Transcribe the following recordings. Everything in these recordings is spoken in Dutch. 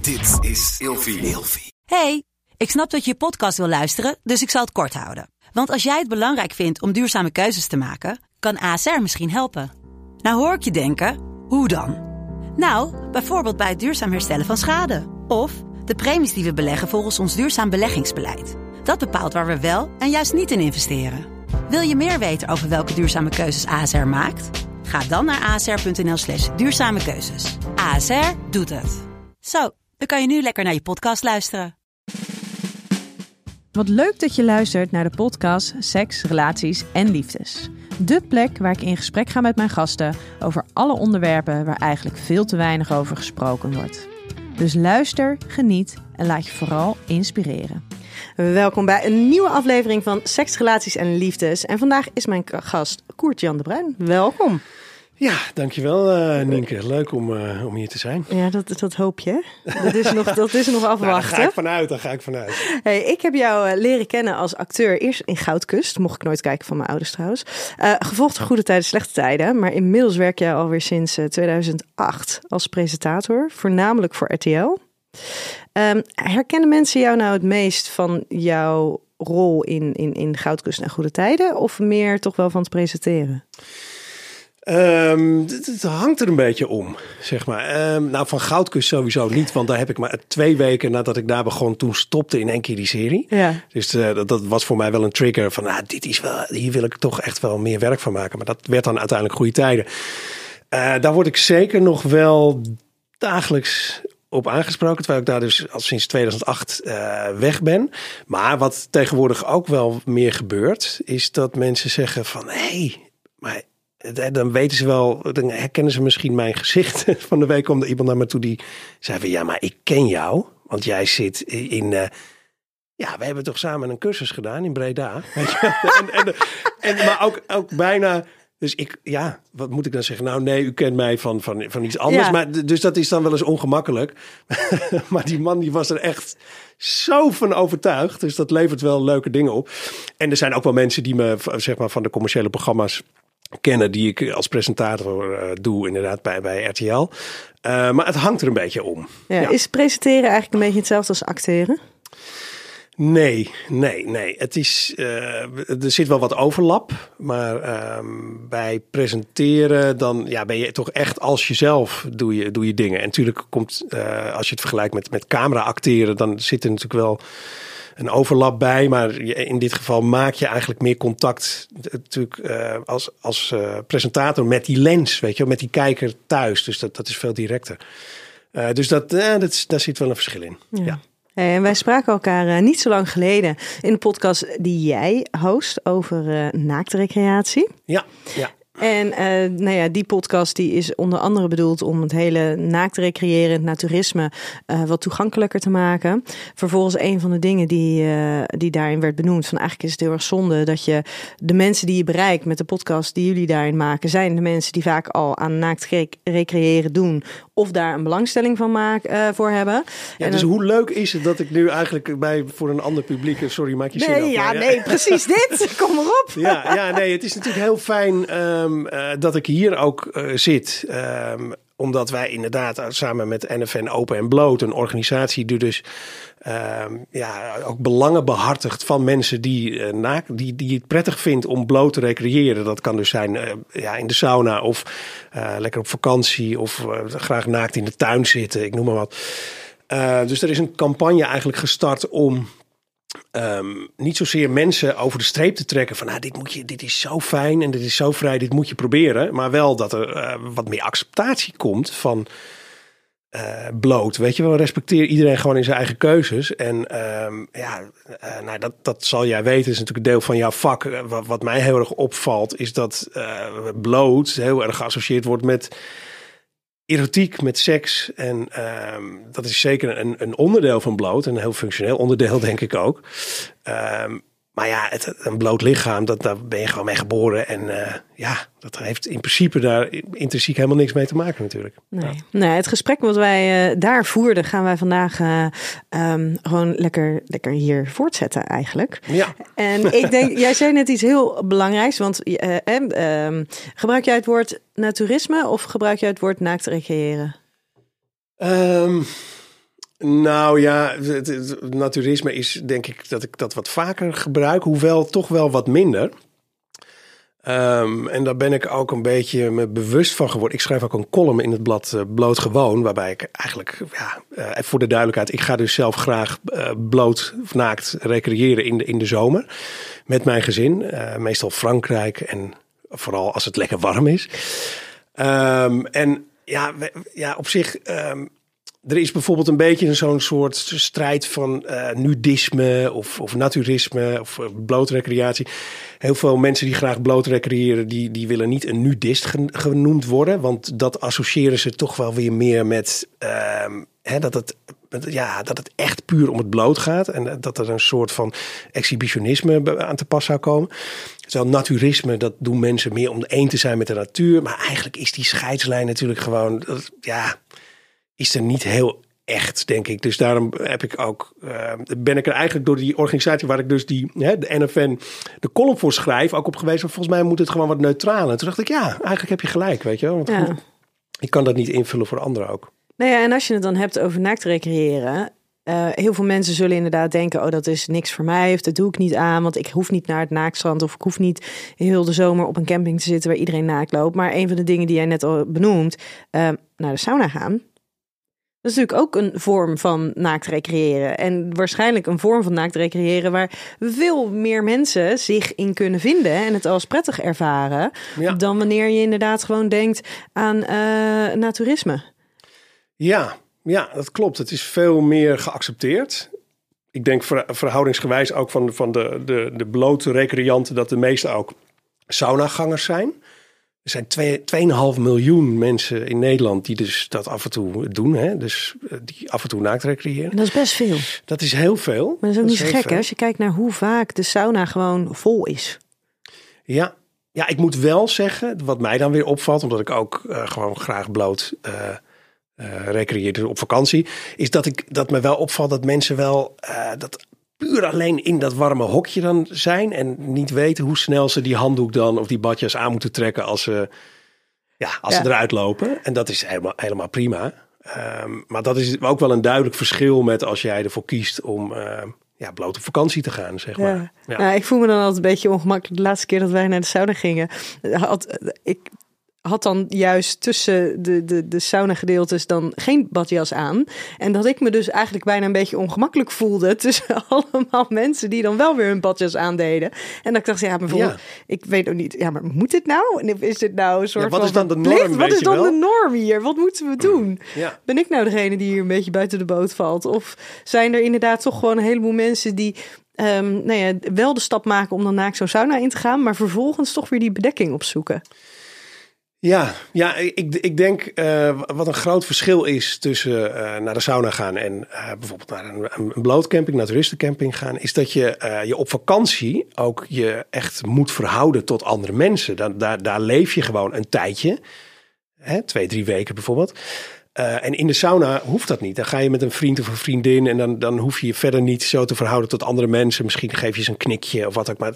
Dit is Ilfie. Hey, ik snap dat je je podcast wil luisteren, dus ik zal het kort houden. Want als jij het belangrijk vindt om duurzame keuzes te maken, kan ASR misschien helpen. Nou hoor ik je denken, hoe dan? Nou, bijvoorbeeld bij het duurzaam herstellen van schade. Of de premies die we beleggen volgens ons duurzaam beleggingsbeleid. Dat bepaalt waar we wel en juist niet in investeren. Wil je meer weten over welke duurzame keuzes ASR maakt? Ga dan naar asr.nl/duurzame keuzes. ASR doet het. Zo, dan kan je nu lekker naar je podcast luisteren. Wat leuk dat je luistert naar de podcast Seks, Relaties en Liefdes. De plek waar ik in gesprek ga met mijn gasten over alle onderwerpen waar eigenlijk veel te weinig over gesproken wordt. Dus luister, geniet en laat je vooral inspireren. Welkom bij een nieuwe aflevering van Seks, Relaties en Liefdes. En vandaag is mijn gast Koert-Jan de Bruin. Welkom. Ja, dankjewel Nienke. Leuk om hier te zijn. Ja, dat hoop je. Dat is nog afwachten. Daar ga ik vanuit. Hey, ik heb jou leren kennen als acteur eerst in Goudkust. Mocht ik nooit kijken van mijn ouders trouwens. Gevolgd door Goede Tijden, Slechte Tijden. Maar inmiddels werk jij alweer sinds 2008 als presentator. Voornamelijk voor RTL. Herkennen mensen jou nou het meest van jouw rol in Goudkust en Goede Tijden? Of meer toch wel van het presenteren? Het hangt er een beetje om, zeg maar. Nou, van Goudkust sowieso niet, want daar heb ik maar 2 weken nadat ik daar begon, toen stopte in één keer die serie. Ja. Dus dat was voor mij wel een trigger van, hier wil ik toch echt wel meer werk van maken. Maar dat werd dan uiteindelijk Goede Tijden. Daar word ik zeker nog wel dagelijks op aangesproken, terwijl ik daar dus al sinds 2008 weg ben. Maar wat tegenwoordig ook wel meer gebeurt, is dat mensen zeggen van, maar dan weten ze wel, dan herkennen ze misschien mijn gezicht. Van de week kwam er iemand naar me toe die zei van, ja, maar ik ken jou. Want jij zit in, we hebben toch samen een cursus gedaan in Breda. Weet je? Maar ook bijna, dus wat moet ik dan zeggen? Nou nee, u kent mij van iets anders. Ja. Maar, dus dat is dan wel eens ongemakkelijk. Maar die man die was er echt zo van overtuigd. Dus dat levert wel leuke dingen op. En er zijn ook wel mensen die me, zeg maar, van de commerciële programma's kennen, die ik als presentator doe, inderdaad, bij RTL. Maar het hangt er een beetje om. Ja. Is presenteren eigenlijk een beetje hetzelfde als acteren? Nee. Het is, er zit wel wat overlap, maar bij presenteren dan ben je toch echt als jezelf doe je dingen. En natuurlijk komt, als je het vergelijkt met camera acteren, dan zit er natuurlijk wel een overlap bij, maar in dit geval maak je eigenlijk meer contact natuurlijk als presentator met die lens, weet je, met die kijker thuis. Dus dat is veel directer. Dus daar zit wel een verschil in. Ja. En wij spraken elkaar niet zo lang geleden in een podcast die jij host over naaktrecreatie. Ja. En die podcast die is onder andere bedoeld om het hele naaktrecreëren, het naturisme wat toegankelijker te maken. Vervolgens een van de dingen die daarin werd benoemd, van eigenlijk is het heel erg zonde dat je de mensen die je bereikt met de podcast die jullie daarin maken, zijn de mensen die vaak al aan naaktrecreëren doen of daar een belangstelling van voor hebben. Ja, en dus hoe leuk is het dat ik nu eigenlijk voor een ander publiek, sorry, maak je zin af. Nee, precies dit. Kom maar op. Het is natuurlijk heel fijn dat ik hier ook zit. Omdat wij inderdaad samen met NFN Open en Bloot, een organisatie die dus ook belangen behartigt van mensen die het prettig vindt om bloot te recreëren. Dat kan dus zijn in de sauna of lekker op vakantie of graag naakt in de tuin zitten, ik noem maar wat. Dus er is een campagne eigenlijk gestart om niet zozeer mensen over de streep te trekken van dit is zo fijn en dit is zo vrij, dit moet je proberen. Maar wel dat er wat meer acceptatie komt van bloot. Weet je wel, respecteer iedereen gewoon in zijn eigen keuzes. En dat zal jij weten, is natuurlijk een deel van jouw vak. Wat mij heel erg opvalt is dat bloot heel erg geassocieerd wordt met erotiek, met seks. En dat is zeker een onderdeel van bloot. Een heel functioneel onderdeel, denk ik ook. Maar een bloot lichaam, daar ben je gewoon mee geboren. En dat heeft in principe daar intrinsiek helemaal niks mee te maken natuurlijk. Nee, het gesprek wat wij daar voerden, gaan wij vandaag gewoon lekker hier voortzetten eigenlijk. Ja. En ik denk, jij zei net iets heel belangrijks. Want gebruik jij het woord naturisme of gebruik jij het woord naakt recreëren? Nou ja, het naturisme is denk ik dat ik dat wat vaker gebruik, hoewel toch wel wat minder. En daar ben ik ook een beetje me bewust van geworden. Ik schrijf ook een column in het blad Bloot Gewoon, waarbij ik eigenlijk, voor de duidelijkheid, ik ga dus zelf graag bloot of naakt recreëren in de zomer met mijn gezin. Meestal Frankrijk en vooral als het lekker warm is. Op zich... Er is bijvoorbeeld een beetje zo'n soort strijd van nudisme of naturisme of blootrecreatie. Heel veel mensen die graag bloot recreëren, die willen niet een nudist genoemd worden. Want dat associëren ze toch wel weer meer met dat het echt puur om het bloot gaat. En dat er een soort van exhibitionisme aan te pas zou komen. Terwijl naturisme, dat doen mensen meer om één te zijn met de natuur. Maar eigenlijk is die scheidslijn natuurlijk gewoon... is er niet heel echt, denk ik. Dus daarom ben ik er eigenlijk door die organisatie waar ik dus de NFN de column voor schrijf, ook op geweest. Volgens mij moet het gewoon wat neutraal. En toen dacht ik, eigenlijk heb je gelijk, weet je wel. Want goed, ik kan dat niet invullen voor anderen ook. Nou ja, en als je het dan hebt over naakt recreëren, heel veel mensen zullen inderdaad denken, dat is niks voor mij, of dat doe ik niet aan, want ik hoef niet naar het naaktstrand, of ik hoef niet heel de zomer op een camping te zitten waar iedereen naakt loopt. Maar een van de dingen die jij net al benoemt, naar de sauna gaan. Dat is natuurlijk ook een vorm van naakt recreëren. En waarschijnlijk een vorm van naakt recreëren waar veel meer mensen zich in kunnen vinden en het als prettig ervaren. Ja. Dan wanneer je inderdaad gewoon denkt aan naturisme. Ja, dat klopt. Het is veel meer geaccepteerd. Ik denk verhoudingsgewijs ook van de blote recreanten dat de meeste ook saunagangers zijn. Er zijn 2,5 miljoen mensen in Nederland die dus dat af en toe doen. Hè? Dus die af en toe naakt recreëren. En dat is best veel. Dat is heel veel. Maar dat is ook niet gek, hè? Als je kijkt naar hoe vaak de sauna gewoon vol is. Ja, ik moet wel zeggen, wat mij dan weer opvalt, omdat ik ook gewoon graag bloot recreëer op vakantie, is dat me wel opvalt dat mensen wel dat puur alleen in dat warme hokje dan zijn en niet weten hoe snel ze die handdoek dan of die badjas aan moeten trekken als ze eruit lopen. En dat is helemaal prima. Maar dat is ook wel een duidelijk verschil met als jij ervoor kiest om bloot op vakantie te gaan, zeg maar. Ja. Nou, ik voel me dan altijd een beetje ongemakkelijk. De laatste keer dat wij naar de sauna gingen, had dan juist tussen de sauna gedeeltes dan geen badjas aan. En dat ik me dus eigenlijk bijna een beetje ongemakkelijk voelde tussen allemaal mensen die dan wel weer hun badjas aandeden. En dat ik dacht, ik weet ook niet, maar moet dit nou? En is dit nou een soort wat van is dan de norm? Wat is dan de norm hier? Wat moeten we doen? Ja. Ben ik nou degene die hier een beetje buiten de boot valt? Of zijn er inderdaad toch gewoon een heleboel mensen die wel de stap maken om dan naakt zo'n sauna in te gaan, maar vervolgens toch weer die bedekking opzoeken? Ja, ik denk wat een groot verschil is tussen naar de sauna gaan en bijvoorbeeld naar een blootcamping, naturistencamping gaan, is dat je op vakantie ook je echt moet verhouden tot andere mensen. Daar leef je gewoon een tijdje, 2-3 weken bijvoorbeeld. En in de sauna hoeft dat niet. Dan ga je met een vriend of een vriendin en dan hoef je je verder niet zo te verhouden tot andere mensen. Misschien geef je ze een knikje of wat ook maar.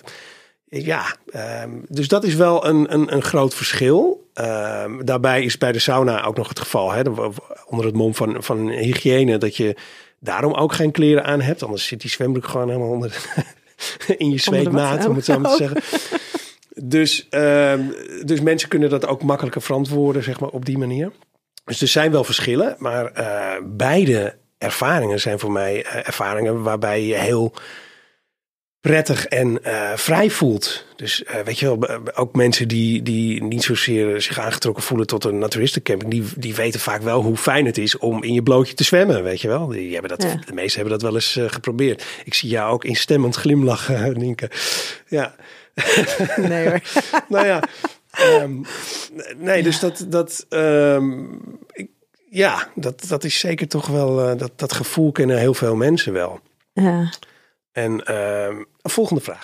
Dus dat is wel een groot verschil. Daarbij is bij de sauna ook nog het geval, onder het mom van hygiëne, dat je daarom ook geen kleren aan hebt. Anders zit die zwembroek gewoon helemaal in je zweetmaat, om het zo maar te zeggen. Dus mensen kunnen dat ook makkelijker verantwoorden, zeg maar, op die manier. Dus er zijn wel verschillen, maar beide ervaringen zijn voor mij ervaringen waarbij je heel prettig en vrij voelt. Dus weet je wel, ook mensen die niet zozeer zich aangetrokken voelen tot een naturistencamping, die weten vaak wel hoe fijn het is om in je blootje te zwemmen, weet je wel. De meesten hebben dat wel eens geprobeerd. Ik zie jou ook instemmend glimlachen, Nienke. Ja. Nee hoor. Nou ja. Dus dat is zeker toch wel, dat gevoel kennen heel veel mensen wel. Ja. En volgende vraag.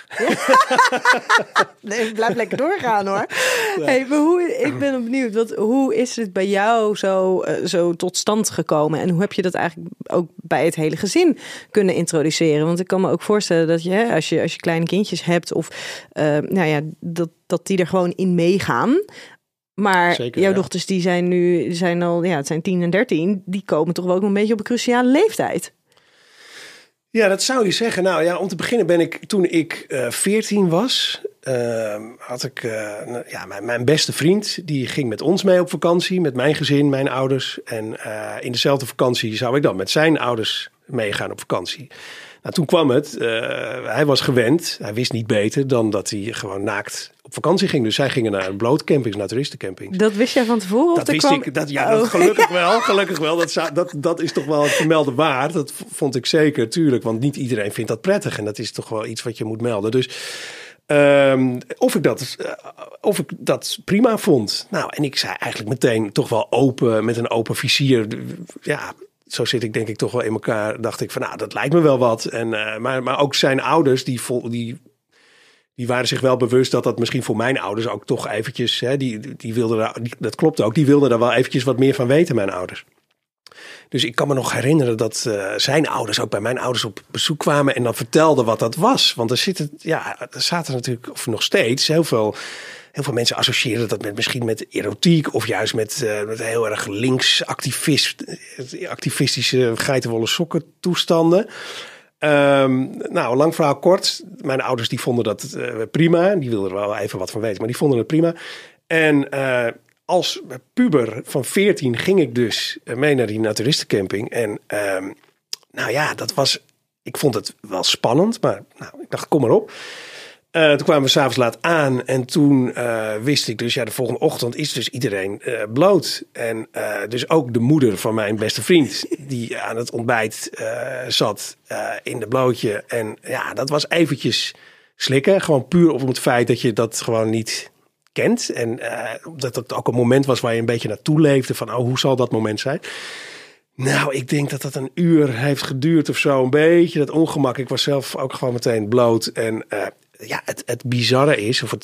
Nee, blijf lekker doorgaan hoor. Ja. Hey, maar ik ben benieuwd, hoe is het bij jou zo tot stand gekomen? En hoe heb je dat eigenlijk ook bij het hele gezin kunnen introduceren? Want ik kan me ook voorstellen dat je, als je kleine kindjes hebt of dat die er gewoon in meegaan. Maar zeker, jouw dochters die zijn al, het zijn 10 en 13. Die komen toch wel ook een beetje op een cruciale leeftijd. Ja, dat zou je zeggen. Nou ja, om te beginnen toen ik 14 was, had ik mijn beste vriend. Die ging met ons mee op vakantie, met mijn gezin, mijn ouders. En in dezelfde vakantie zou ik dan met zijn ouders meegaan op vakantie. Nou, toen kwam het. Hij was gewend. Hij wist niet beter dan dat hij gewoon naakt op vakantie ging. Dus zij gingen naar blootcampings, naar toeristencampings. Dat wist jij van tevoren? Dat wist ik. Dat gelukkig wel. Gelukkig wel. Dat is toch wel het vermelden waard. Dat vond ik zeker, tuurlijk. Want niet iedereen vindt dat prettig. En dat is toch wel iets wat je moet melden. Dus of ik dat prima vond. Nou, en ik zei eigenlijk meteen toch wel open, met een open vizier. Ja, zo zit ik denk ik toch wel in elkaar. Dacht ik van, nou, dat lijkt me wel wat. En, maar ook zijn ouders, die waren zich wel bewust dat dat misschien voor mijn ouders ook toch eventjes, die wilden dat klopt ook, die wilden daar wel eventjes wat meer van weten, mijn ouders. Dus ik kan me nog herinneren dat zijn ouders ook bij mijn ouders op bezoek kwamen en dan vertelden wat dat was. Want er zaten natuurlijk, of nog steeds, heel veel mensen associëren dat misschien met erotiek of juist met heel erg links activistische geitenwolle sokken toestanden. Lang verhaal kort. Mijn ouders die vonden dat prima. Die wilden er wel even wat van weten, maar die vonden het prima. En als puber van 14 ging ik dus mee naar die naturistencamping. En ik vond het wel spannend, maar ik dacht, kom maar op. Toen kwamen we 's avonds laat aan en toen wist ik dus, de volgende ochtend is dus iedereen bloot. En dus ook de moeder van mijn beste vriend, die aan het ontbijt zat in de blootje. En ja, dat was eventjes slikken. Gewoon puur op het feit dat je dat gewoon niet kent. En dat het ook een moment was waar je een beetje naartoe leefde van, hoe zal dat moment zijn? Nou, ik denk dat dat een uur heeft geduurd of zo. Een beetje dat ongemak. Ik was zelf ook gewoon meteen bloot. En het bizarre is, of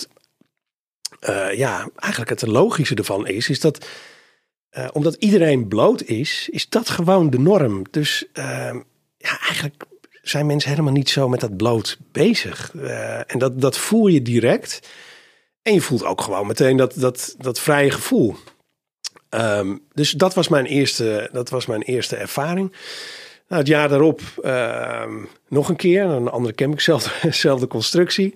eigenlijk het logische ervan is dat omdat iedereen bloot is dat gewoon de norm. Dus eigenlijk zijn mensen helemaal niet zo met dat bloot bezig. En dat voel je direct. En je voelt ook gewoon meteen dat vrije gevoel. Dus dat was mijn eerste ervaring. Nou, het jaar daarop nog een keer, een andere camping, zelfde constructie.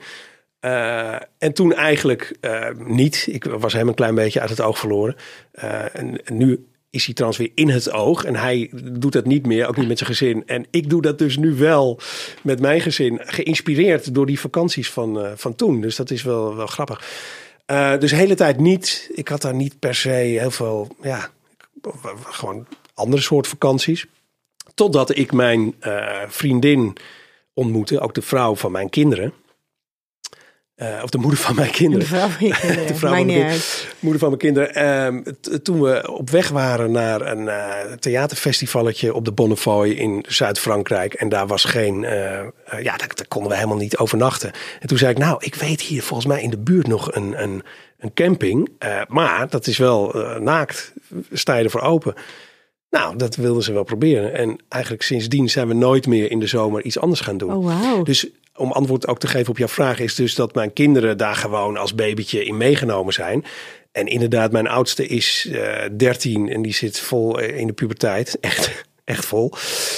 En toen eigenlijk niet. Ik was hem een klein beetje uit het oog verloren. En nu is hij trouwens weer in het oog. En hij doet dat niet meer, ook niet met zijn gezin. En ik doe dat dus nu wel met mijn gezin. Geïnspireerd door die vakanties van toen. Dus dat is wel grappig. Dus de hele tijd niet. Ik had daar niet per se heel veel, gewoon andere soort vakanties. Totdat ik mijn vriendin ontmoette, ook de vrouw van mijn kinderen. Of de moeder van mijn kinderen. De vrouw van mijn moeder van mijn kinderen. Toen we op weg waren naar een theaterfestivalletje op de Bonnefoy in Zuid-Frankrijk. En daar was geen... daar konden we helemaal niet overnachten. En toen zei ik, ik weet hier volgens mij in de buurt nog een camping. Maar dat is wel naakt. Sta je ervoor open? Nou, dat wilden ze wel proberen. En eigenlijk sindsdien zijn we nooit meer in de zomer iets anders gaan doen. Oh, wow. Dus om antwoord ook te geven op jouw vraag is dus dat mijn kinderen daar gewoon als babytje in meegenomen zijn. En inderdaad, mijn oudste is 13 en die zit vol in de puberteit. Echt vol.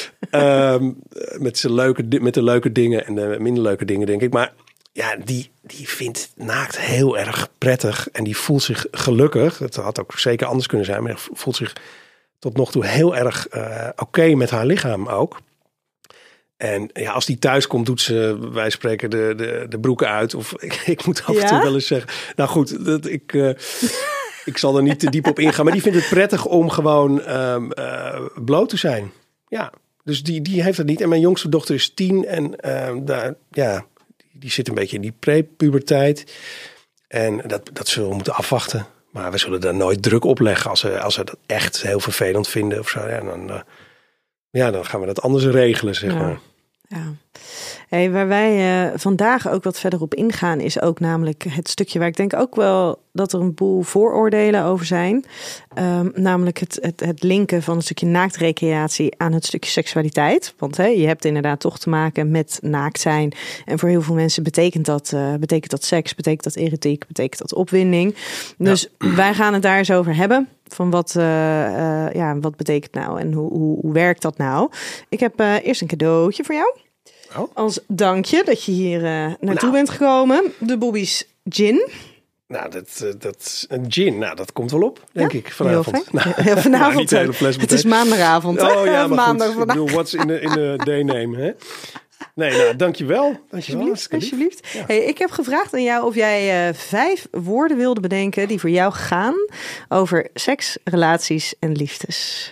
Met de leuke dingen en de minder leuke dingen, denk ik. Maar ja, die vindt naakt heel erg prettig en die voelt zich gelukkig. Het had ook zeker anders kunnen zijn, maar voelt zich tot nog toe heel erg oké met haar lichaam ook. En ja, als die thuis komt, doet ze, wij spreken, de broeken uit. Of ik moet af en toe wel eens zeggen. Nou goed, ik zal er niet te diep op ingaan. Maar die vindt het prettig om gewoon bloot te zijn. Ja, dus die heeft het niet. En mijn jongste dochter is 10. En die zit een beetje in die prepuberteit. En dat zullen we moeten afwachten. Maar we zullen daar nooit druk op leggen. Als ze dat echt heel vervelend vinden of zo. Ja, dan gaan we dat anders regelen, zeg maar. Ja. Hey, waar wij vandaag ook wat verder op ingaan is ook namelijk het stukje waar ik denk ook wel dat er een boel vooroordelen over zijn. Namelijk het linken van een stukje naaktrecreatie aan het stukje seksualiteit. Want je hebt inderdaad toch te maken met naakt zijn. En voor heel veel mensen betekent dat seks, betekent dat erotiek, betekent dat opwinding. Dus wij gaan het daar eens over hebben. Van wat betekent nou en hoe werkt dat nou? Ik heb eerst een cadeautje voor jou. Oh. Als dankje dat je hier naartoe bent gekomen. De Bobby's Gin. Nou, dat een gin. Nou, dat komt wel op, denk ik, vanavond. Heel vanavond. Niet de hele fles het is maandagavond. Oh ja, maar maandag goed. Ik bedoel, what's in the day name, hè? Nee, nou, dankjewel. Alsjeblieft. Ja. Hey, ik heb gevraagd aan jou of jij 5 woorden wilde bedenken die voor jou gaan over seks, relaties en liefdes.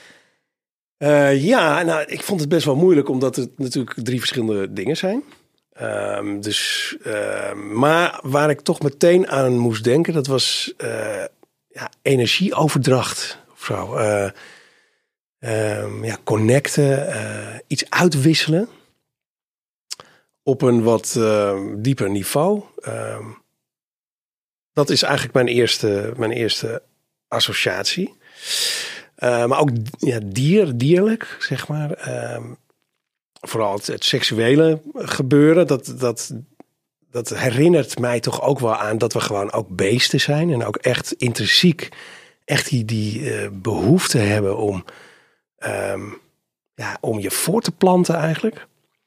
Ik vond het best wel moeilijk, omdat het natuurlijk 3 verschillende dingen zijn. Maar waar ik toch meteen aan moest denken, dat was energieoverdracht of zo. Connecten, iets uitwisselen op een wat dieper niveau. Dat is eigenlijk mijn eerste associatie. Maar ook dierlijk, zeg maar. Vooral het seksuele gebeuren, dat herinnert mij toch ook wel aan dat we gewoon ook beesten zijn. En ook echt intrinsiek die behoefte hebben om je voor te planten eigenlijk.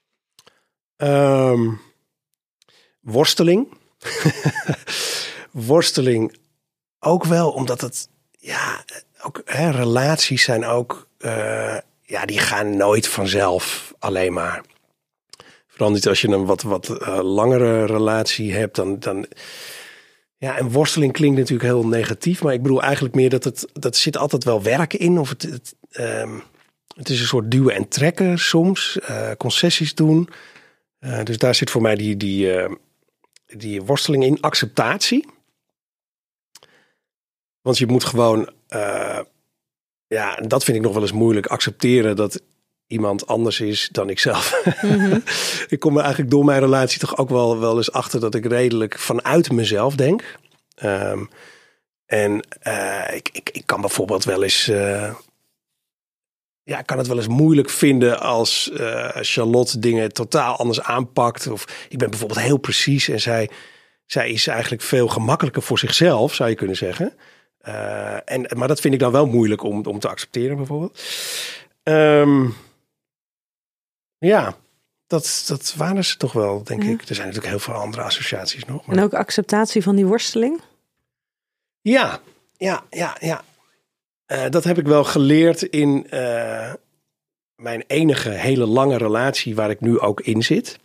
Worsteling. Worsteling ook wel, omdat het relaties zijn ook die gaan nooit vanzelf alleen maar. Vooral niet als je een wat langere relatie hebt, dan en worsteling klinkt natuurlijk heel negatief, maar ik bedoel eigenlijk meer dat zit altijd wel werk in, of het is een soort duwen en trekken soms, concessies doen. Dus daar zit voor mij die worsteling in, acceptatie. Want je moet gewoon, dat vind ik nog wel eens moeilijk, accepteren dat iemand anders is dan ikzelf. Mm-hmm. Ik kom er eigenlijk door mijn relatie toch ook wel eens achter dat ik redelijk vanuit mezelf denk. Ik kan bijvoorbeeld wel eens... ik kan het wel eens moeilijk vinden als Charlotte dingen totaal anders aanpakt. Of ik ben bijvoorbeeld heel precies en zij is eigenlijk veel gemakkelijker voor zichzelf, zou je kunnen zeggen. Maar dat vind ik dan wel moeilijk om te accepteren bijvoorbeeld. Dat waren ze toch wel, denk ik. Er zijn natuurlijk heel veel andere associaties nog. Maar... En ook acceptatie van die worsteling? Ja. Dat heb ik wel geleerd in mijn enige hele lange relatie waar ik nu ook in zit.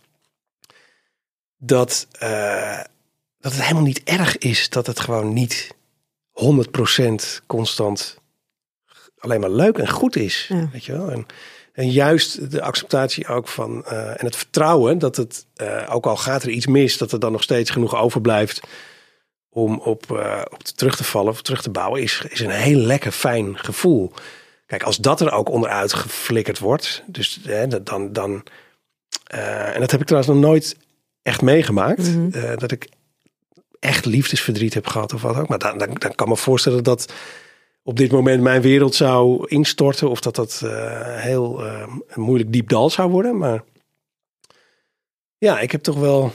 Dat het helemaal niet erg is dat het gewoon niet 100% constant alleen maar leuk en goed is. Ja. Weet je wel? En juist de acceptatie ook van en het vertrouwen dat het, ook al gaat er iets mis, dat er dan nog steeds genoeg overblijft om op terug te vallen of terug te bouwen, is een heel lekker fijn gevoel. Kijk, als dat er ook onderuit geflikkerd wordt, dus dan en dat heb ik trouwens nog nooit echt meegemaakt, mm-hmm. Dat ik echt liefdesverdriet heb gehad of wat ook. Maar dan kan me voorstellen dat op dit moment mijn wereld zou instorten of dat heel een moeilijk diep dal zou worden. Maar ja, ik heb toch wel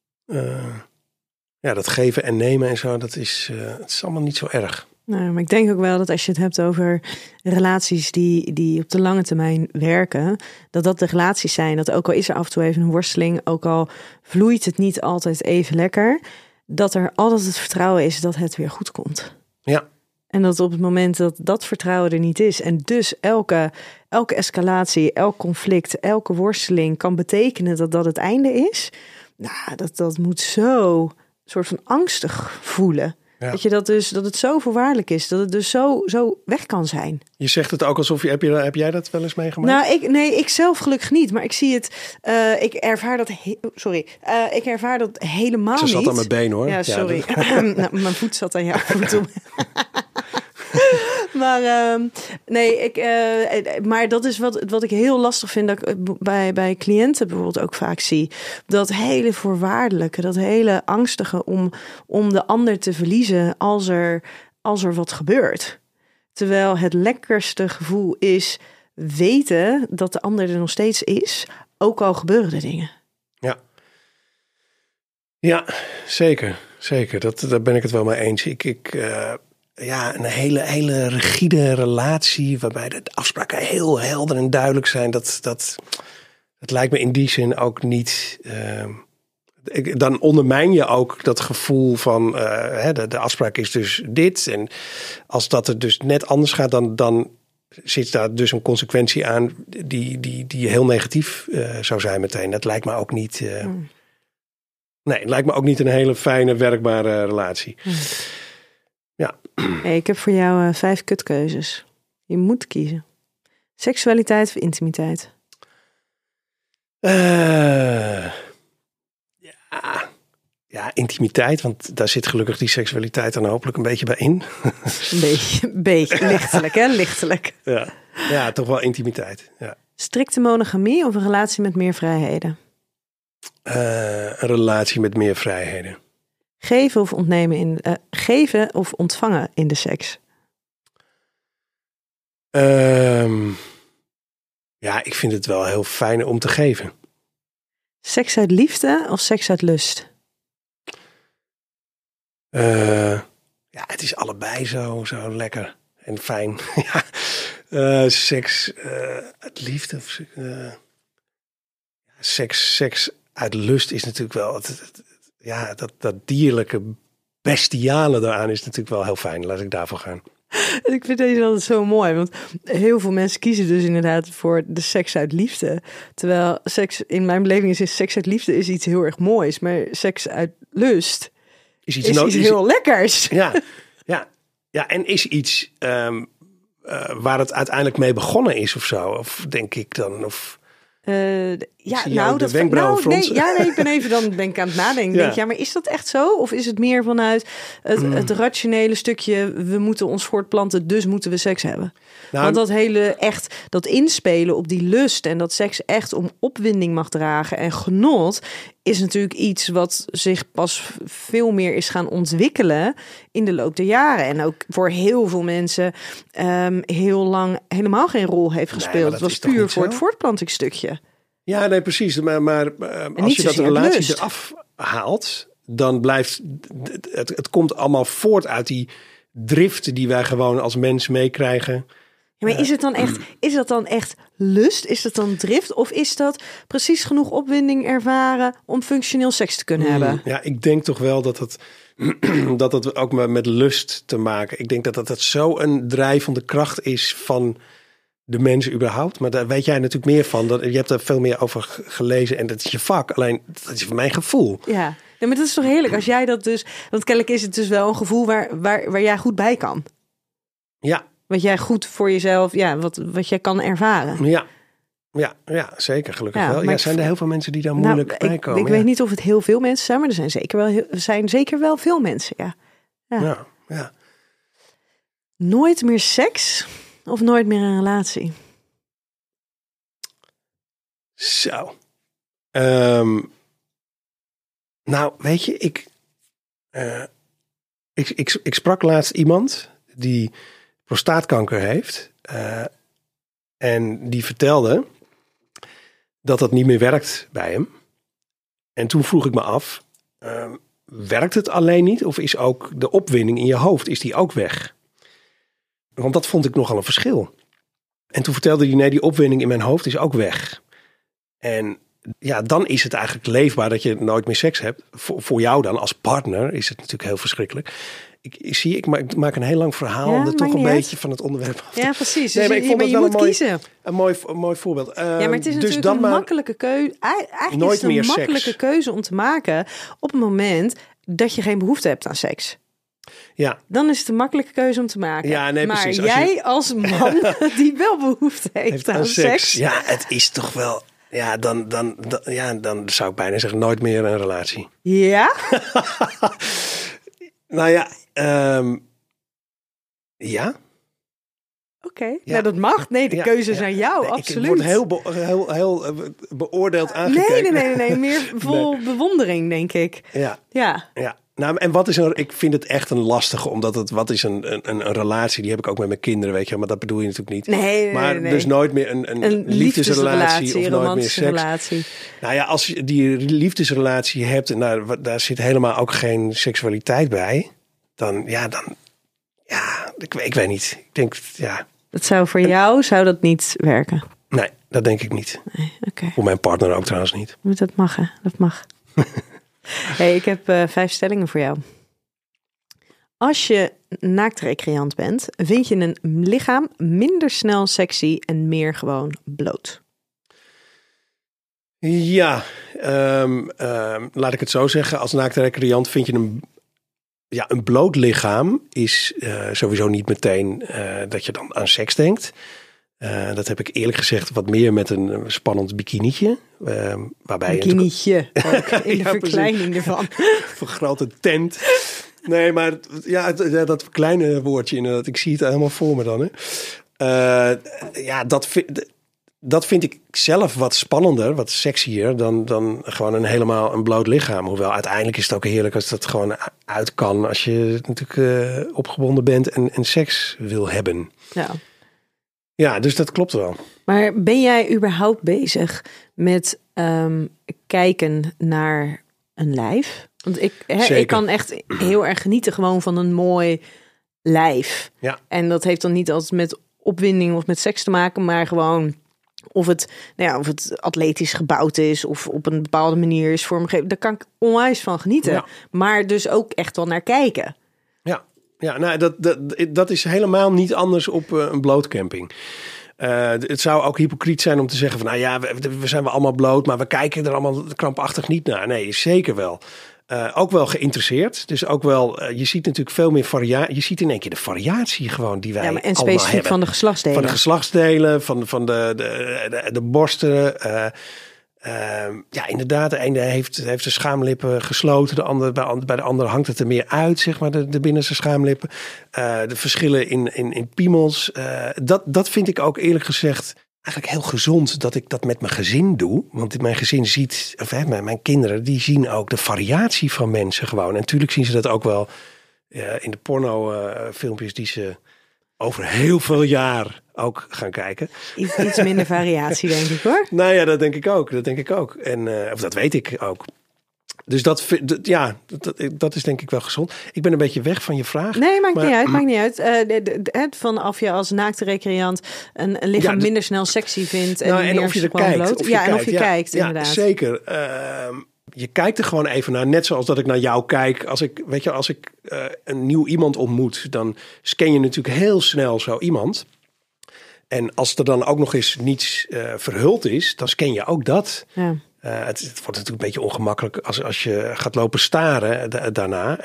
dat geven en nemen en zo, het is allemaal niet zo erg. Nou, maar ik denk ook wel dat als je het hebt over relaties die op de lange termijn werken, dat de relaties zijn, dat ook al is er af en toe even een worsteling, ook al vloeit het niet altijd even lekker, dat er altijd het vertrouwen is dat het weer goed komt. Ja. En dat op het moment dat vertrouwen er niet is en dus elke escalatie, elk conflict, elke worsteling kan betekenen dat het einde is. Nou, dat moet zo soort van angstig voelen. Ja. Dat het zo voorwaardelijk is, dat het dus zo weg kan zijn. Je zegt het ook alsof heb jij dat wel eens meegemaakt? Nou, ik zelf gelukkig niet, maar ik zie het. Ik ervaar dat helemaal niet. Ze zat aan mijn been, hoor. Ja, sorry. Mijn voet zat aan jouw voet. Maar maar dat is wat ik heel lastig vind. Dat ik bij cliënten bijvoorbeeld ook vaak zie. Dat hele voorwaardelijke, dat hele angstige om de ander te verliezen als er wat gebeurt. Terwijl het lekkerste gevoel is weten dat de ander er nog steeds is. Ook al gebeuren er dingen. Ja, zeker. Daar ben ik het wel mee eens. Een hele rigide relatie waarbij de afspraken heel helder en duidelijk zijn. Dat lijkt me in die zin ook niet. Dan ondermijn je ook dat gevoel van de afspraak is dus dit. En als dat er dus net anders gaat, dan zit daar dus een consequentie aan die heel negatief zou zijn meteen. Dat lijkt me ook niet. Nee, het lijkt me ook niet een hele fijne, werkbare relatie. Ja. Hey, ik heb voor jou 5 kutkeuzes. Je moet kiezen. Seksualiteit of intimiteit? Ja, intimiteit, want daar zit gelukkig die seksualiteit dan hopelijk een beetje bij in. Een beetje lichtelijk, hè? Lichtelijk. Ja, toch wel intimiteit. Ja. Strikte monogamie of een relatie met meer vrijheden? Een relatie met meer vrijheden. Geven of ontvangen in de seks? Ik vind het wel heel fijn om te geven. Seks uit liefde of seks uit lust? Het is allebei zo lekker en fijn. Seks uit liefde of seks uit lust is natuurlijk wel dat dierlijke bestiale daaraan is natuurlijk wel heel fijn. Laat ik daarvoor gaan. Ik vind deze altijd zo mooi, want heel veel mensen kiezen dus inderdaad voor de seks uit liefde. Terwijl seks, in mijn beleving is seks uit liefde is iets heel erg moois, maar seks uit lust is iets heel lekkers. Ja, en is iets waar het uiteindelijk mee begonnen is of zo, of denk ik dan, of... ik ben even aan het nadenken. Ja. Maar is dat echt zo? Of is het meer vanuit het rationele stukje, we moeten ons voortplanten, dus moeten we seks hebben? Want dat inspelen op die lust en dat seks echt om opwinding mag dragen en genot, is natuurlijk iets wat zich pas veel meer is gaan ontwikkelen in de loop der jaren. En ook voor heel veel mensen heel lang helemaal geen rol heeft gespeeld. Het was puur voor het voortplantingsstukje. Ja, nee, precies. Maar als je dat relatie eraf haalt, dan blijft het komt allemaal voort uit die drift die wij gewoon als mens meekrijgen. Ja, maar is dat dan echt lust? Is dat dan drift? Of is dat precies genoeg opwinding ervaren om functioneel seks te kunnen hebben? Ja, ik denk toch wel dat het ook met lust te maken. Ik denk dat zo een drijvende kracht is van de mensen überhaupt. Maar daar weet jij natuurlijk meer van. Je hebt er veel meer over gelezen en dat is je vak. Alleen, dat is mijn gevoel. Ja, maar dat is toch heerlijk als jij dat dus... Want kennelijk is het dus wel een gevoel waar jij goed bij kan. Ja. Wat jij goed voor jezelf, wat jij kan ervaren. Ja, zeker, gelukkig wel. Ja, zijn er heel veel mensen die daar moeilijk bij komen? Ik weet niet of het heel veel mensen zijn, maar er zijn zeker wel veel mensen, ja. Nooit meer seks of nooit meer een relatie? Zo. Nou, weet je, ik sprak laatst iemand die prostaatkanker heeft. En die vertelde dat dat niet meer werkt bij hem. En toen vroeg ik me af, werkt het alleen niet? Of is ook de opwinding in je hoofd, is die ook weg? Want dat vond ik nogal een verschil. En toen vertelde hij, nee, die opwinding in mijn hoofd is ook weg. En ja, dan is het eigenlijk leefbaar dat je nooit meer seks hebt. Voor jou dan als partner is het natuurlijk heel verschrikkelijk. Ik maak een heel lang verhaal er toch een beetje van het onderwerp af. Ja, precies. Nee, maar ik vond het wel kiezen. Een mooi voorbeeld. Ja, maar het is natuurlijk een makkelijke keuze. Eigenlijk nooit is het een makkelijke keuze om te maken op het moment dat je geen behoefte hebt aan seks. Ja. Dan is het een makkelijke keuze om te maken. Ja, nee, maar precies. Jij als man die wel behoefte heeft aan seks. Ja, het is toch wel... Ja, dan zou ik bijna zeggen nooit meer een relatie. Ja? Nou ja, ja. Oké. Ja. Nou, dat mag. Nee, de keuze is aan jou, absoluut. Ik word heel beoordeeld aangekeken. Nee. Meer vol bewondering, denk ik. Ja. Nou, en ik vind het echt een lastige, omdat wat is een relatie, die heb ik ook met mijn kinderen, weet je, maar dat bedoel je natuurlijk niet. Nee. Dus nooit meer een liefdesrelatie of nooit meer seks. Relatie. Nou ja, als je die liefdesrelatie hebt en daar zit helemaal ook geen seksualiteit bij, dan ik weet niet. Ik denk, Dat zou voor jou, zou dat niet werken? Nee, dat denk ik niet. Nee, okay. Voor mijn partner ook trouwens niet. Dat mag, hè? Dat mag. Hey, ik heb 5 stellingen voor jou. Als je naaktrecreant bent, vind je een lichaam minder snel sexy en meer gewoon bloot? Ja, laat ik het zo zeggen. Als naaktrecreant vind je een bloot lichaam is sowieso niet meteen dat je dan aan seks denkt. Dat heb ik eerlijk gezegd wat meer met een spannend bikinietje. Bikinietje, ook in de verkleining ervan. Vergrote tent. Nee, maar dat kleine woordje inderdaad. Ik zie het helemaal voor me dan. Hè. Dat vind ik zelf wat spannender, wat sexier dan gewoon helemaal een bloot lichaam. Hoewel uiteindelijk is het ook heerlijk als dat gewoon uit kan. Als je natuurlijk opgebonden bent en seks wil hebben. Ja, dus dat klopt wel. Maar ben jij überhaupt bezig met kijken naar een lijf? Want ik kan echt heel erg genieten gewoon van een mooi lijf. Ja. En dat heeft dan niet altijd met opwinding of met seks te maken, maar gewoon of het atletisch gebouwd is of op een bepaalde manier is vormgegeven. Daar kan ik onwijs van genieten. Ja. Maar dus ook echt wel naar kijken. Ja, nou, dat is helemaal niet anders op een blootcamping. Het zou ook hypocriet zijn om te zeggen van, we zijn allemaal bloot, maar we kijken er allemaal krampachtig niet naar. Nee, zeker wel. Ook wel geïnteresseerd. Dus ook wel, je ziet natuurlijk veel meer variatie. Je ziet in één keer de variatie gewoon die wij allemaal hebben. En specifiek van de geslachtsdelen. Van de geslachtsdelen, van de borsten. Inderdaad, de ene heeft de schaamlippen gesloten, de andere, bij de andere hangt het er meer uit, zeg maar, de binnenste schaamlippen. De verschillen in piemels. Dat vind ik ook eerlijk gezegd eigenlijk heel gezond dat ik dat met mijn gezin doe. Want mijn gezin ziet, mijn kinderen, die zien ook de variatie van mensen gewoon. En natuurlijk zien ze dat ook wel in de pornofilmpjes die ze over heel veel jaar ook gaan kijken. Iets minder variatie, denk ik, hoor. Nou ja, dat denk ik ook. En, of dat weet ik ook. Dus dat is denk ik wel gezond. Ik ben een beetje weg van je vraag. Nee, maakt niet uit. Vanaf je als naakte recreant een lichaam minder snel sexy vindt. En of je er kijkt. Of je kijkt, inderdaad. Zeker. Je kijkt er gewoon even naar. Net zoals dat ik naar jou kijk. Als ik een nieuw iemand ontmoet, dan scan je natuurlijk heel snel zo iemand. En als er dan ook nog eens niets verhuld is, dan scan je ook dat. Ja. Het wordt natuurlijk een beetje ongemakkelijk als je gaat lopen staren daarna.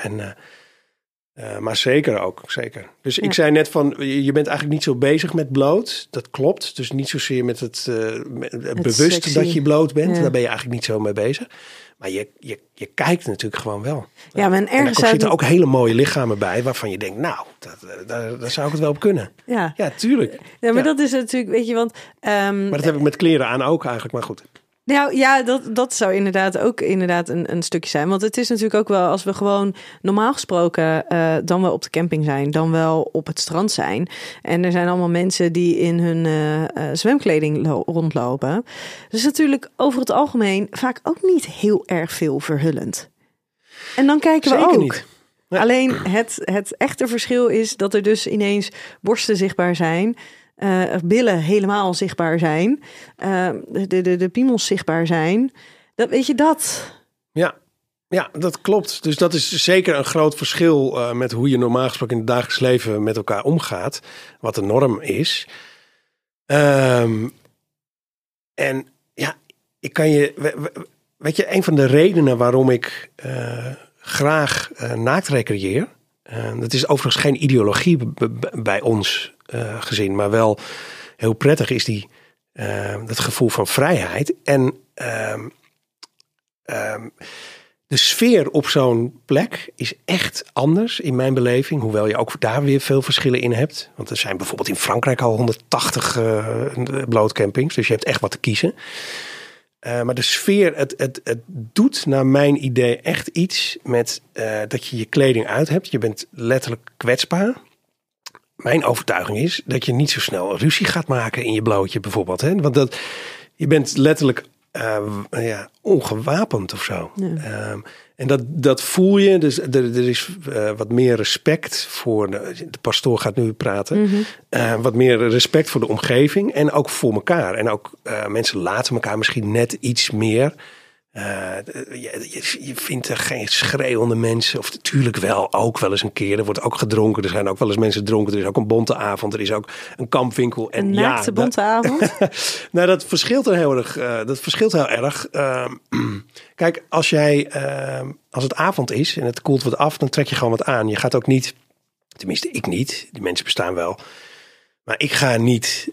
Maar zeker ook, zeker. Dus ik zei net van, je bent eigenlijk niet zo bezig met bloot. Dat klopt. Dus niet zozeer met het bewust sexy dat je bloot bent. Ja. Daar ben je eigenlijk niet zo mee bezig. Maar je kijkt natuurlijk gewoon wel. Ja, maar en er zitten ook hele mooie lichamen bij waarvan je denkt, nou, daar zou ik het wel op kunnen. Ja, tuurlijk. Ja, maar dat is natuurlijk, weet je, want maar dat heb ik met kleren aan ook eigenlijk, maar goed. Nou ja, dat zou inderdaad een stukje zijn. Want het is natuurlijk ook wel, als we gewoon normaal gesproken dan wel op de camping zijn, dan wel op het strand zijn. En er zijn allemaal mensen die in hun zwemkleding rondlopen. Dus natuurlijk over het algemeen vaak ook niet heel erg veel verhullend. En dan kijken we zeker ook. Niet. Nee. Alleen het echte verschil is dat er dus ineens borsten zichtbaar zijn. Billen helemaal zichtbaar zijn. De piemels zichtbaar zijn. Weet je dat? Ja, dat klopt. Dus dat is zeker een groot verschil met hoe je normaal gesproken in het dagelijks leven met elkaar omgaat. Wat de norm is. En ja, ik kan je... Weet je, een van de redenen waarom ik graag naakt recreëer. Dat is overigens geen ideologie bij ons gezin, maar wel heel prettig is dat gevoel van vrijheid. En de sfeer op zo'n plek is echt anders in mijn beleving. Hoewel je ook daar weer veel verschillen in hebt. Want er zijn bijvoorbeeld in Frankrijk al 180 blootcampings. Dus je hebt echt wat te kiezen. Maar de sfeer, het doet naar mijn idee echt iets met dat je je kleding uit hebt. Je bent letterlijk kwetsbaar. Mijn overtuiging is dat je niet zo snel ruzie gaat maken in je blootje bijvoorbeeld. Hè? Want je bent letterlijk ongewapend of zo. Ja. En dat voel je. Dus er is wat meer respect voor... De pastoor gaat nu praten. Mm-hmm. Wat meer respect voor de omgeving. En ook voor elkaar. En ook mensen laten elkaar misschien net iets meer... Je vindt er geen schreeuwende mensen. Of natuurlijk wel, ook wel eens een keer. Er wordt ook gedronken. Er zijn ook wel eens mensen dronken. Er is ook een bonte avond. Er is ook een kampwinkel. En een naakte bonte avond? Nou, dat verschilt er heel erg. Heel erg. Kijk, als het avond is en het koelt wat af, dan trek je gewoon wat aan. Je gaat ook niet, tenminste ik niet. Die mensen bestaan wel. Maar ik ga niet...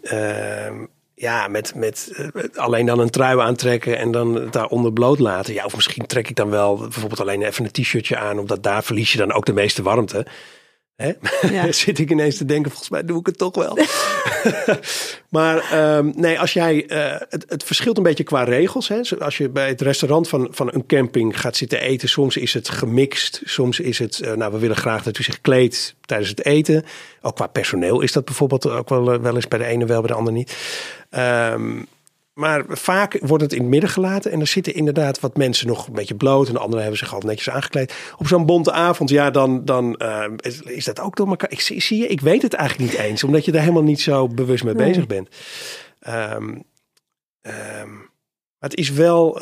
met alleen dan een trui aantrekken en dan daaronder bloot laten. Ja, of misschien trek ik dan wel bijvoorbeeld alleen even een t-shirtje aan, omdat daar verlies je dan ook de meeste warmte. Hè? Ja. Zit ik ineens te denken, volgens mij doe ik het toch wel. Maar nee, als jij... het verschilt een beetje qua regels. Hè? Als je bij het restaurant van een camping gaat zitten eten, soms is het gemixt. Soms is het, we willen graag dat u zich kleedt tijdens het eten. Ook qua personeel is dat bijvoorbeeld ook wel eens bij de ene wel, bij de ander niet. Maar vaak wordt het in het midden gelaten. En er zitten inderdaad wat mensen nog een beetje bloot. En de anderen hebben zich al netjes aangekleed. Op zo'n bonte avond, dan is dat ook door elkaar. Ik weet het eigenlijk niet eens. Omdat je daar helemaal niet zo bewust mee bezig bent. Het is wel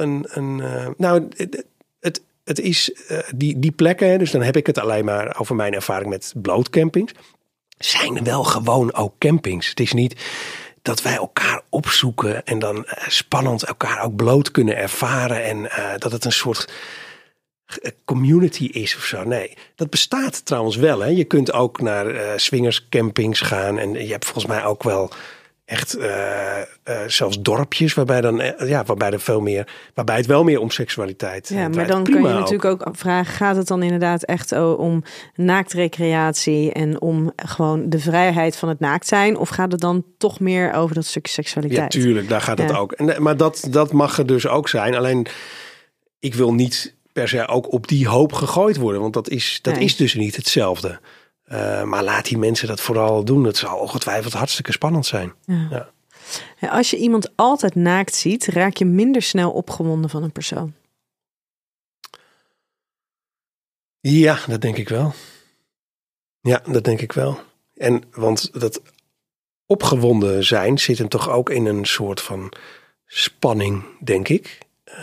het is die plekken. Dus dan heb ik het alleen maar over mijn ervaring met blootcampings. Zijn er wel gewoon ook campings. Het is niet... dat wij elkaar opzoeken en dan spannend elkaar ook bloot kunnen ervaren. En dat het een soort community is of zo. Nee, dat bestaat trouwens wel. Hè. Je kunt ook naar swingerscampings gaan. En je hebt volgens mij ook wel echt zelfs dorpjes waarbij het wel meer om seksualiteit draait. Maar dan prima kan je natuurlijk ook vragen, gaat het dan inderdaad echt om naaktrecreatie en om gewoon de vrijheid van het naakt zijn? Of gaat het dan toch meer over dat stukje seksualiteit? Ja, tuurlijk, daar gaat het ook. Maar dat mag er dus ook zijn. Alleen, ik wil niet per se ook op die hoop gegooid worden. Want dat is dus niet hetzelfde. Maar laat die mensen dat vooral doen. Het zal ongetwijfeld hartstikke spannend zijn. Ja. Ja, als je iemand altijd naakt ziet, raak je minder snel opgewonden van een persoon. Ja, dat denk ik wel. En want dat opgewonden zijn zit hem toch ook in een soort van spanning, denk ik.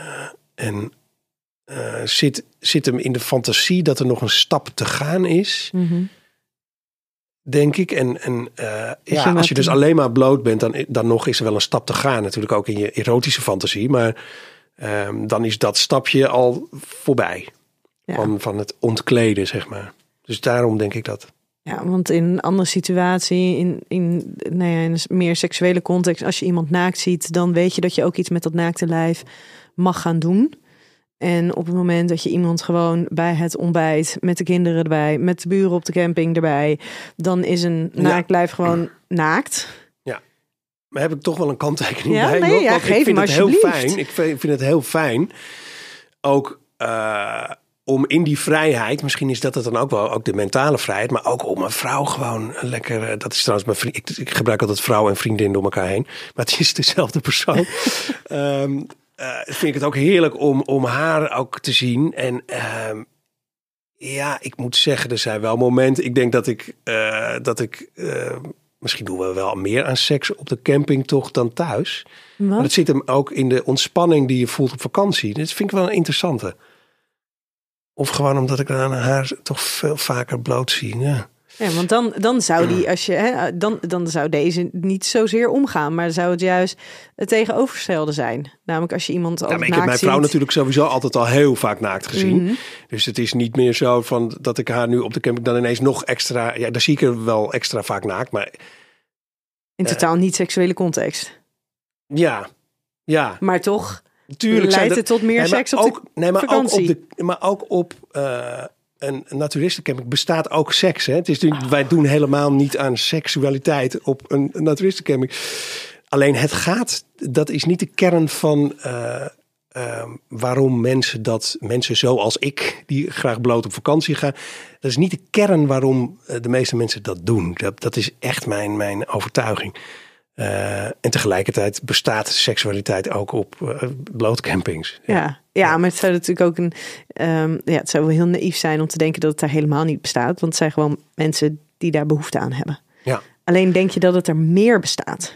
Zit hem in de fantasie dat er nog een stap te gaan is. Mm-hmm. Denk ik. Als je dus alleen maar bloot bent, dan nog is er wel een stap te gaan. Natuurlijk ook in je erotische fantasie. Maar dan is dat stapje al voorbij. Ja. Van het ontkleden, zeg maar. Dus daarom denk ik dat. Ja, want in een andere situatie, in een meer seksuele context, als je iemand naakt ziet, dan weet je dat je ook iets met dat naakte lijf mag gaan doen. En op het moment dat je iemand gewoon bij het ontbijt, met de kinderen erbij, met de buren op de camping erbij, dan is een naakt lijf gewoon naakt. Ja, maar heb ik toch wel een kanttekening bij. Nee, ja, geef hem alsjeblieft. Ik vind het heel fijn. Ook om in die vrijheid, misschien is dat het dan ook wel ook de mentale vrijheid, maar ook om een vrouw gewoon lekker. Dat is trouwens mijn vriend. Ik gebruik altijd vrouw en vriendin door elkaar heen, maar het is dezelfde persoon. Vind ik het ook heerlijk om haar ook te zien. En ik moet zeggen, er zijn wel momenten. Ik denk dat ik misschien doen we wel meer aan seks op de camping toch dan thuis. Wat? Maar dat zit hem ook in de ontspanning die je voelt op vakantie. Dat vind ik wel een interessante. Of gewoon omdat ik haar toch veel vaker bloot zie. Ja. Ja, want dan zou die, als je dan zou deze niet zozeer omgaan, maar zou het juist het tegenovergestelde zijn. Namelijk als je iemand al ik heb mijn vrouw natuurlijk sowieso altijd al heel vaak naakt gezien. Mm-hmm. Dus het is niet meer zo van dat ik haar nu op de camping dan ineens nog extra. Ja, daar zie ik er wel extra vaak naakt, maar in totaal niet seksuele context. Ja. Maar toch. Tuurlijk leidt het tot meer seks op de vakantie. Maar ook op een naturistencamping bestaat ook seks. Hè? Het is wij doen helemaal niet aan seksualiteit op een naturistencamping. Alleen dat is niet de kern van waarom mensen zoals ik, die graag bloot op vakantie gaan. Dat is niet de kern waarom de meeste mensen dat doen. Dat is echt mijn overtuiging. En tegelijkertijd bestaat seksualiteit ook op blootcampings. Ja, maar het zou natuurlijk ook het zou wel heel naïef zijn om te denken dat het daar helemaal niet bestaat. Want het zijn gewoon mensen die daar behoefte aan hebben. Ja. Alleen denk je dat het er meer bestaat?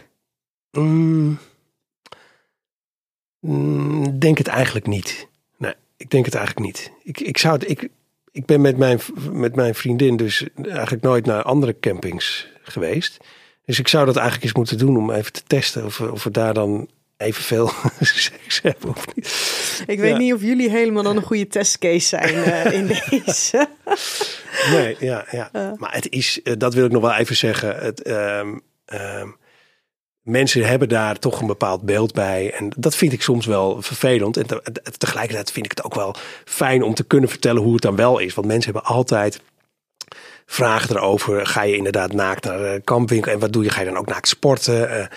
Denk het eigenlijk niet. Nee, ik denk het eigenlijk niet. Ik ben met mijn vriendin dus eigenlijk nooit naar andere campings geweest. Dus ik zou dat eigenlijk eens moeten doen om even te testen of we daar dan evenveel seks hebben of niet. Ik weet niet of jullie helemaal dan een goede testcase zijn in deze. Nee, ja. Maar het is, dat wil ik nog wel even zeggen. Mensen hebben daar toch een bepaald beeld bij. En dat vind ik soms wel vervelend. En tegelijkertijd vind ik het ook wel fijn om te kunnen vertellen hoe het dan wel is. Want mensen hebben altijd vragen erover. Ga je inderdaad naakt naar de kampwinkel? En wat doe je? Ga je dan ook naakt sporten?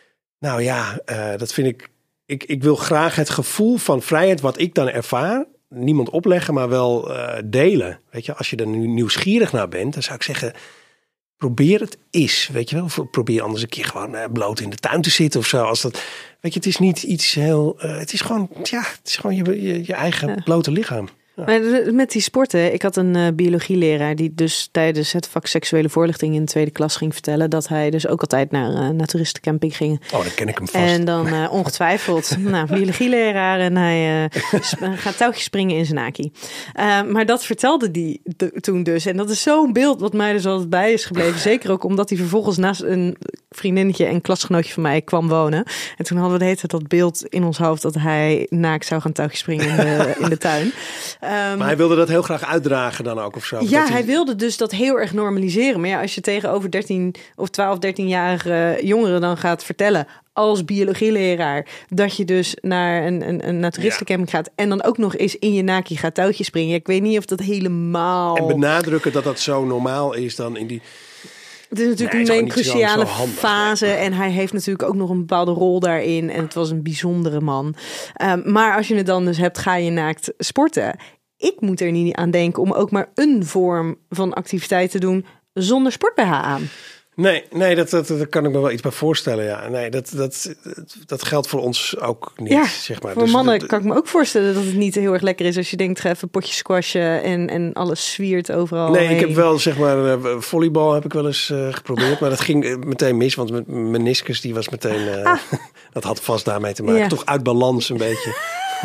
Dat vind ik. Ik wil graag het gevoel van vrijheid wat ik dan ervaar. Niemand opleggen, maar wel delen. Weet je, als je er nu nieuwsgierig naar bent, dan zou ik zeggen, probeer het eens. Weet je wel, of probeer anders een keer gewoon bloot in de tuin te zitten of zo. Als dat, weet je, het is niet iets heel. Het is gewoon je eigen blote lichaam. Ja. Maar met die sporten, ik had een biologieleraar die dus tijdens het vak seksuele voorlichting in de tweede klas ging vertellen dat hij dus ook altijd naar naturistencamping ging. Oh, dan ken ik hem vast. En dan ongetwijfeld, biologieleraar en hij gaat touwtjes springen in zijn naki. Maar dat vertelde hij toen dus. En dat is zo'n beeld wat mij dus altijd bij is gebleven. Zeker ook omdat hij vervolgens naast een vriendinnetje en klasgenootje van mij kwam wonen. En toen hadden we de hele tijd dat beeld in ons hoofd dat hij naakt zou gaan touwtjes springen in de tuin. Maar hij wilde dat heel graag uitdragen dan ook of zo? Ja, hij wilde dus dat heel erg normaliseren. Maar ja, als je tegenover 13 of 12, 13-jarige jongeren dan gaat vertellen als biologieleraar dat je dus naar een naturistencamping gaat en dan ook nog eens in je naki gaat touwtjes springen. Ja, ik weet niet of dat helemaal. En benadrukken dat dat zo normaal is dan in die. Het is natuurlijk een cruciale fase en hij heeft natuurlijk ook nog een bepaalde rol daarin en het was een bijzondere man. Maar als je het dan dus hebt, ga je naakt sporten. Ik moet er niet aan denken om ook maar een vorm van activiteit te doen zonder sport-BH aan. Nee, dat kan ik me wel iets bij voorstellen. Ja. Nee, dat geldt voor ons ook niet. Ja, zeg maar. Voor dus mannen kan ik me ook voorstellen dat het niet heel erg lekker is als je denkt, ga even een potje squashen en alles zwiert overal. Nee, ik heb wel volleybal heb ik wel eens geprobeerd, maar dat ging meteen mis, want mijn meniscus die was meteen, dat had vast daarmee te maken. Ja. Toch uit balans een beetje.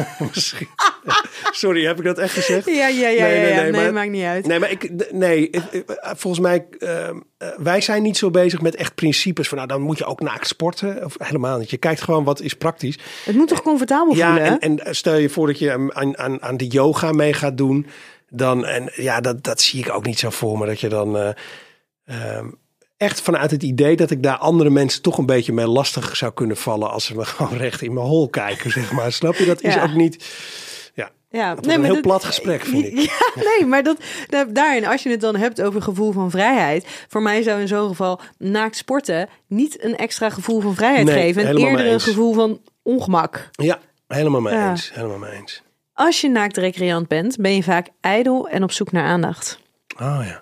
Sorry, heb ik dat echt gezegd? Ja. Nee, maakt niet uit. Volgens mij, wij zijn niet zo bezig met echt principes van, dan moet je ook naakt sporten. Of helemaal niet. Je kijkt gewoon wat is praktisch. Het moet toch comfortabel voelen? Ja, en stel je voor dat je aan de yoga mee gaat doen, dan, dat zie ik ook niet zo voor me, dat je dan echt vanuit het idee dat ik daar andere mensen toch een beetje mee lastig zou kunnen vallen als ze me gewoon recht in mijn hol kijken, zeg maar. Snap je? Dat is ook niet. Ja, dat is een heel plat gesprek, vind ik. Ja, nee, maar daarin, als je het dan hebt over gevoel van vrijheid, voor mij zou in zo'n geval naakt sporten niet een extra gevoel van vrijheid geven, en eerder een gevoel van ongemak. Ja, helemaal mee eens. Helemaal mee eens. Als je naakt recreant bent, ben je vaak ijdel en op zoek naar aandacht. Oh ja.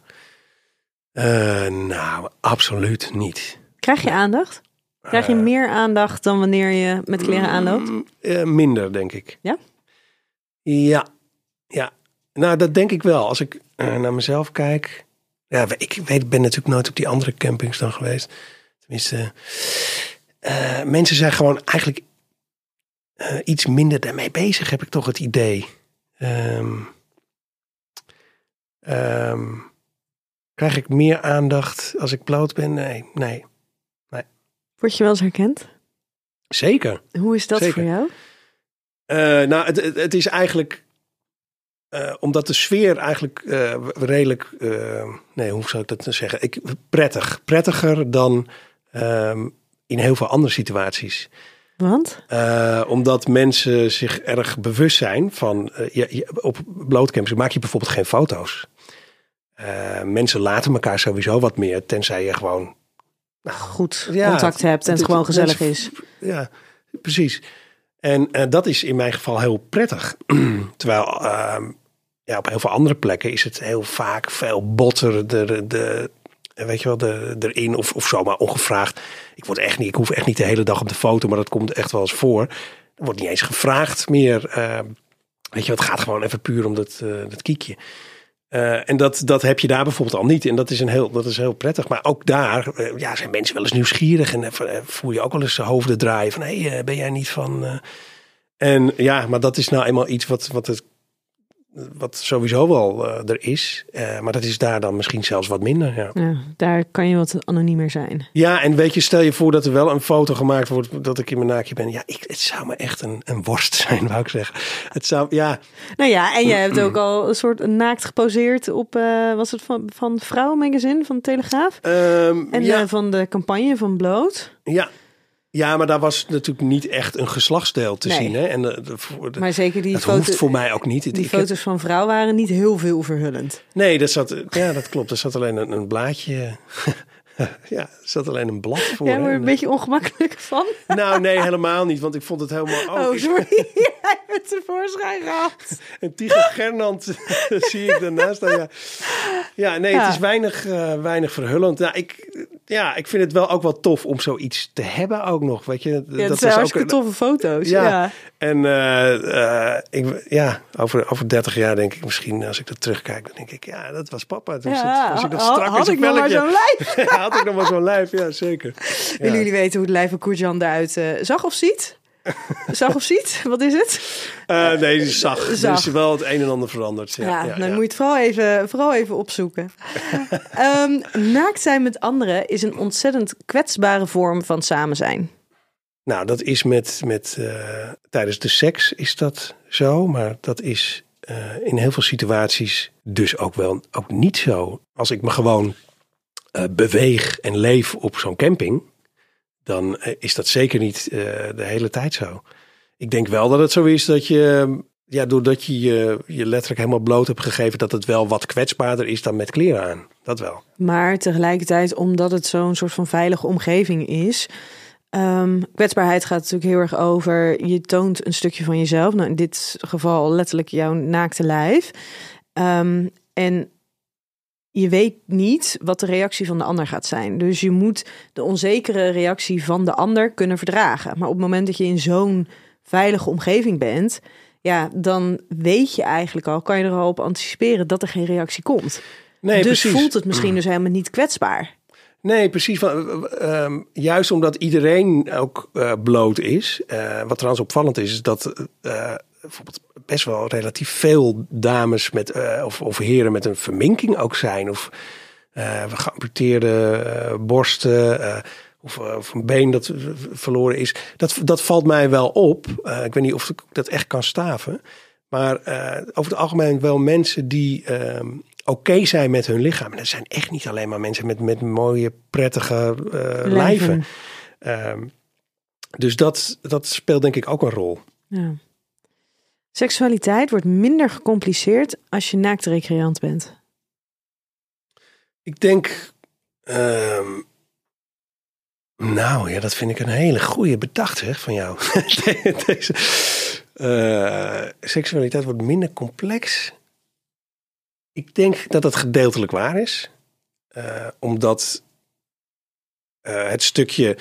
Absoluut niet. Krijg je aandacht? Krijg je meer aandacht dan wanneer je met kleren aanloopt? Minder, denk ik. Ja? Ja. Nou, dat denk ik wel. Als ik naar mezelf kijk. Ja, ik ben natuurlijk nooit op die andere campings dan geweest. Tenminste, mensen zijn gewoon eigenlijk iets minder daarmee bezig, heb ik toch het idee. Krijg ik meer aandacht als ik bloot ben? Nee. Word je wel eens herkend? Zeker. Hoe is dat voor jou? Het is eigenlijk, omdat de sfeer eigenlijk redelijk, hoe zou ik dat nou zeggen? Prettiger dan in heel veel andere situaties. Want? Omdat mensen zich erg bewust zijn van... op blootcampings maak je bijvoorbeeld geen foto's. Mensen laten elkaar sowieso wat meer, tenzij je gewoon... goed contact hebt en het gewoon gezellig is. Ja, precies. En dat is in mijn geval heel prettig. Terwijl op heel veel andere plekken is het heel vaak veel botter weet je wel, erin of zomaar ongevraagd. Ik hoef echt niet de hele dag op de foto, maar dat komt echt wel eens voor. Er wordt niet eens gevraagd meer. Weet je, het gaat gewoon even puur om dat kiekje. En dat heb je daar bijvoorbeeld al niet. En dat is heel prettig. Maar ook daar zijn mensen wel eens nieuwsgierig. En voel je ook wel eens hoofden draaien. Van, hey, ben jij niet van... En ja, maar dat is nou eenmaal iets wat sowieso wel er is. Maar dat is daar dan misschien zelfs wat minder. Ja. Ja, daar kan je wat anoniemer zijn. Ja, en weet je, stel je voor dat er wel een foto gemaakt wordt dat ik in mijn naakje ben. Ja, het zou me echt een worst zijn, wou ik zeggen. Het zou, ja. Nou ja, en jij hebt ook al een soort naakt geposeerd op, was het van Vrouw Magazine, van de Telegraaf? Van de campagne van Bloot. Ja. Ja, maar daar was natuurlijk niet echt een geslachtsdeel te zien. Hè? Maar zeker die foto's hoeft voor mij ook niet. Die foto's van vrouw waren niet heel veel verhullend. Nee, dat klopt. Er zat alleen een blaadje. Ja, er zat alleen een blad voor. Ja, maar een beetje ongemakkelijk van. Nou, nee, helemaal niet. Want ik vond het helemaal... Oh, sorry. Jij hebt het tevoorschijn gehad. En Tigo Gernand zie ik daarnaast. Ja, nee, het is weinig verhullend. Nou, ik vind het wel ook wel tof om zoiets te hebben ook nog. Weet je? Dat zijn hartstikke toffe foto's. Ja. En over 30 jaar denk ik misschien, als ik dat terugkijk, dan denk ik, ja, dat was papa. Dus was ik dat strak had ik nog maar zo'n lijf. Had ik nog maar zo'n lijf, ja, zeker. Willen jullie weten hoe het lijf van Koert-Jan eruit zag of ziet? Zag of ziet? Wat is het? Nee, die zag. Er is wel het een en ander veranderd. Dan moet je het vooral even opzoeken. Naakt zijn met anderen is een ontzettend kwetsbare vorm van samen zijn. Nou, dat is tijdens de seks is dat zo, maar dat is in heel veel situaties dus ook niet zo. Als ik me gewoon beweeg en leef op zo'n camping, dan is dat zeker niet de hele tijd zo. Ik denk wel dat het zo is dat je, doordat je letterlijk helemaal bloot hebt gegeven, dat het wel wat kwetsbaarder is dan met kleren aan. Dat wel. Maar tegelijkertijd, omdat het zo'n soort van veilige omgeving is, kwetsbaarheid gaat natuurlijk heel erg over, je toont een stukje van jezelf. Nou, in dit geval letterlijk jouw naakte lijf. En je weet niet wat de reactie van de ander gaat zijn. Dus je moet de onzekere reactie van de ander kunnen verdragen. Maar op het moment dat je in zo'n veilige omgeving bent, ja, dan weet je eigenlijk al, kan je er al op anticiperen dat er geen reactie komt. Nee, dus precies. Voelt het misschien dus helemaal niet kwetsbaar. Nee, precies. Juist omdat iedereen ook bloot is. Wat trouwens opvallend is dat bijvoorbeeld best wel relatief veel dames met of heren met een verminking ook zijn. Of geamputeerde borsten. Of een been dat verloren is. Dat valt mij wel op. Ik weet niet of ik dat echt kan staven. Maar over het algemeen wel mensen die oké zijn met hun lichaam. En dat zijn echt niet alleen maar mensen met mooie, prettige lijven. Dus dat speelt denk ik ook een rol. Ja. Seksualiteit wordt minder gecompliceerd als je naakt recreant bent. Ik denk, dat vind ik een hele goede bedacht van jou. Deze seksualiteit wordt minder complex. Ik denk dat dat gedeeltelijk waar is. Omdat het stukje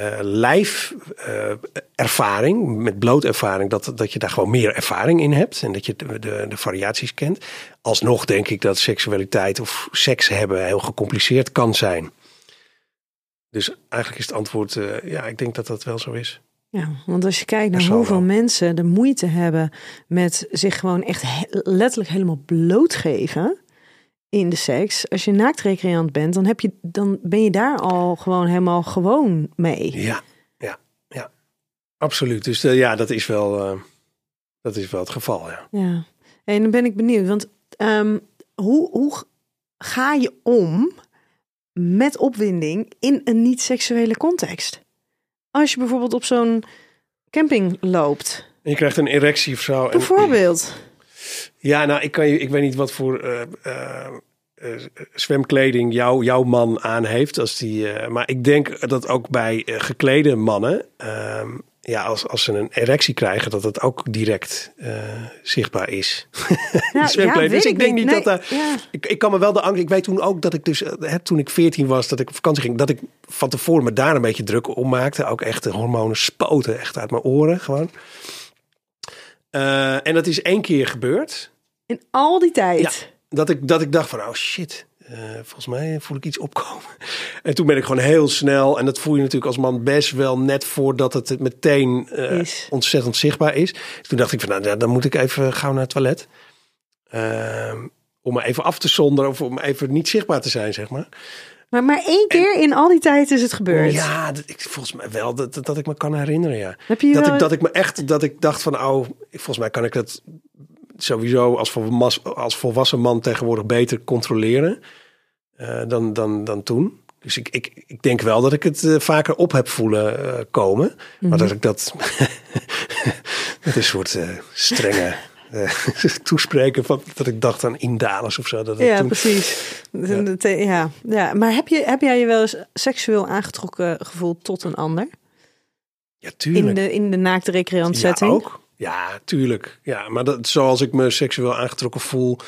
lijfervaring, met blootervaring, dat je daar gewoon meer ervaring in hebt. En dat je de variaties kent. Alsnog denk ik dat seksualiteit of seks hebben heel gecompliceerd kan zijn. Dus eigenlijk is het antwoord, ik denk dat dat wel zo is. Ja, want als je kijkt naar hoeveel mensen de moeite hebben met zich gewoon echt letterlijk helemaal blootgeven in de seks. Als je naaktrecreant bent, dan ben je daar al gewoon helemaal gewoon mee. Ja, absoluut. Dus dat is wel het geval. Ja. En dan ben ik benieuwd, want hoe ga je om met opwinding in een niet-seksuele context? Als je bijvoorbeeld op zo'n camping loopt. En je krijgt een erectie of zo. Bijvoorbeeld. Ja, nou, ik weet niet wat voor zwemkleding jouw man aan heeft. Maar ik denk dat ook bij geklede mannen... als ze een erectie krijgen, dat het ook direct zichtbaar is. Nou, dus ik denk niet dat daar... Ja. Ik kan me wel de angst... Ik weet toen ook dat ik dus... toen ik 14 was, dat ik op vakantie ging... dat ik van tevoren me daar een beetje druk om maakte. Ook echt de hormonen spoten echt uit mijn oren gewoon. En dat is 1 keer gebeurd. In al die tijd? Ja, dat ik dacht van, oh shit... volgens mij voel ik iets opkomen. En toen ben ik gewoon heel snel... en dat voel je natuurlijk als man best wel net voordat het meteen ontzettend zichtbaar is. Dus toen dacht ik van, nou, dan moet ik even gauw naar het toilet. Om me even af te zonderen of om even niet zichtbaar te zijn, zeg maar. Maar 1 keer in al die tijd is het gebeurd? Ja, volgens mij wel dat ik me kan herinneren, ja. Heb je dat ik dacht van, volgens mij kan ik dat... sowieso als volwassen man tegenwoordig beter controleren dan toen. Dus ik denk wel dat ik het vaker op heb voelen komen. Mm-hmm. Maar dat ik dat met een soort strenge toespreken van dat ik dacht aan Indales of zo. Ja, precies. Ja. Maar heb jij je wel eens seksueel aangetrokken gevoeld tot een ander? Ja, tuurlijk. In de naakte recreant setting? Ja, ook. Ja, tuurlijk. Ja, maar zoals ik me seksueel aangetrokken voel...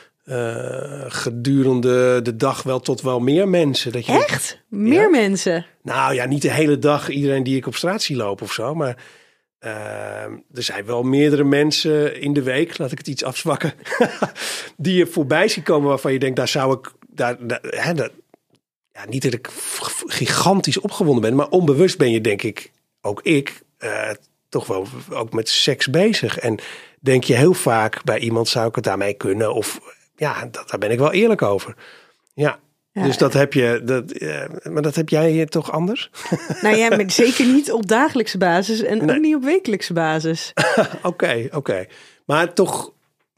gedurende de dag wel tot wel meer mensen. Dat je echt? Meer mensen? Nou ja, niet de hele dag iedereen die ik op straat zie lopen of zo. Maar er zijn wel meerdere mensen in de week, laat ik het iets afzwakken... die je voorbij ziet komen waarvan je denkt, daar zou ik... niet dat ik gigantisch opgewonden ben, maar onbewust ben je, denk ik, ook ik... toch wel ook met seks bezig. En denk je heel vaak bij iemand, zou ik het daarmee kunnen? Of daar ben ik wel eerlijk over. Ja. Dus dat heb je, maar dat heb jij toch anders? Nou ja, maar zeker niet op dagelijkse basis en ook niet op wekelijkse basis. Oké. Maar toch,